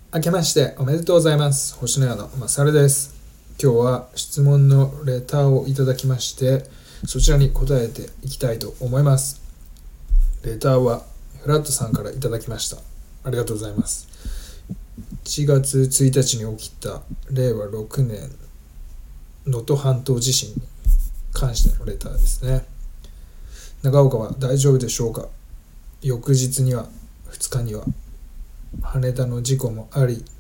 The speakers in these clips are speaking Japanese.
明けましておめでとうございます。星の屋のまさるです。今日は質問のレターをいただきまして、そちらに答えていきたいと思います。レターはフラットさんからいただきました。ありがとうございます。1月1日に起きた令和6年能登半島地震に関してのレターですね。長岡は大丈夫でしょうか。翌日には2日には羽田の事故もあり、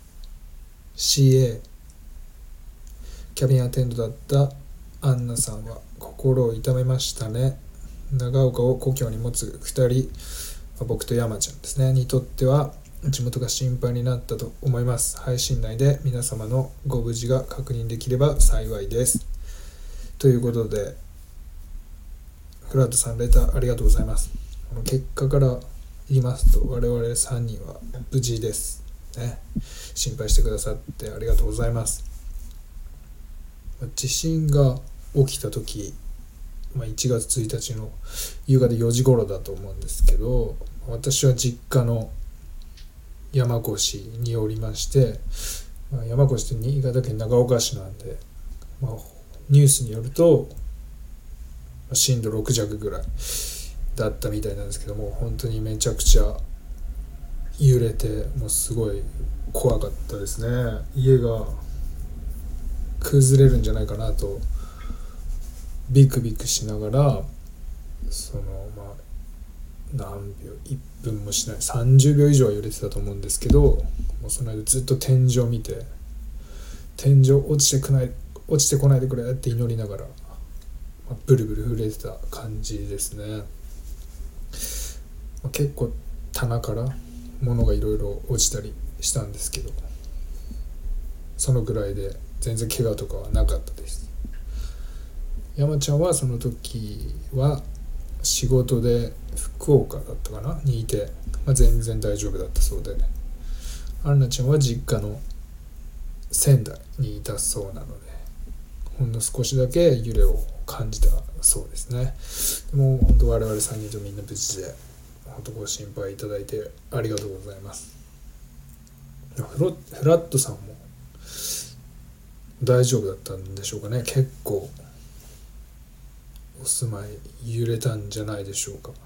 CA キャビンアテンドだったアンナさんは心を痛めましたね。長岡を故郷に持つ2人、僕と山ちゃんですねにとっては地元が心配になったと思います。配信内で皆様のご無事が確認できれば幸いです。ということで、フラットさんレターありがとうございます。この結果から言いますと、我々3人は無事ですね。心配してくださってありがとうございます。地震が起きた時、1月1日の夕方4時頃だと思うんですけど、私は実家の山古志におりまして、山古志って新潟県長岡市なんで、ニュースによると震度6弱ぐらいだったみたいなんですけども、本当にめちゃくちゃ揺れて、もうすごい怖かったですね。家が崩れるんじゃないかなとビクビクしながら、何秒、1分もしない30秒以上は揺れてたと思うんですけど、もうその間ずっと天井見て、天井落ちてこないでくれって祈りながら、ブルブル震えてた感じですね。結構棚から物がいろいろ落ちたりしたんですけど、そのぐらいで全然怪我とかはなかったです。山ちゃんはその時は仕事で福岡だったかなにいて、全然大丈夫だったそうで、アンナちゃんは実家の仙台にいたそうなので、ほんの少しだけ揺れを感じたそうですね。でも本当我々3人とみんな無事で、本当ご心配いただいてありがとうございます。フラットさんも大丈夫だったんでしょうかね。結構お住まい揺れたんじゃないでしょうか。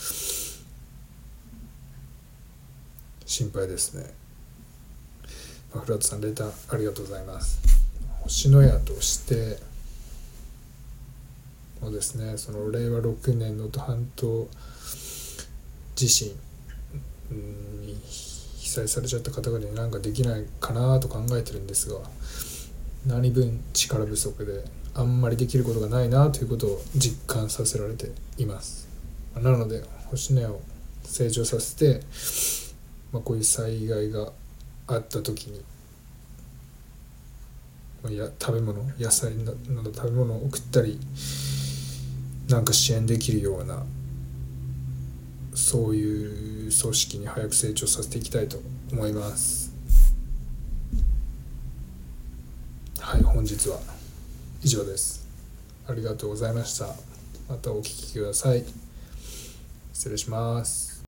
心配ですね。フラットさんレターありがとうございます。星のやとしてもですね、その令和6年の能登半島地震に被災されちゃった方々に何かできないかなと考えてるんですが、何分力不足であんまりできることがないなということを実感させられています。なので星のやを成長させて、こういう災害があった時に食べ物、野菜など食べ物を送ったり、なんか支援できるような、そういう組織に早く成長させていきたいと思います。はい、本日は以上です。ありがとうございました。またお聞きください。失礼します。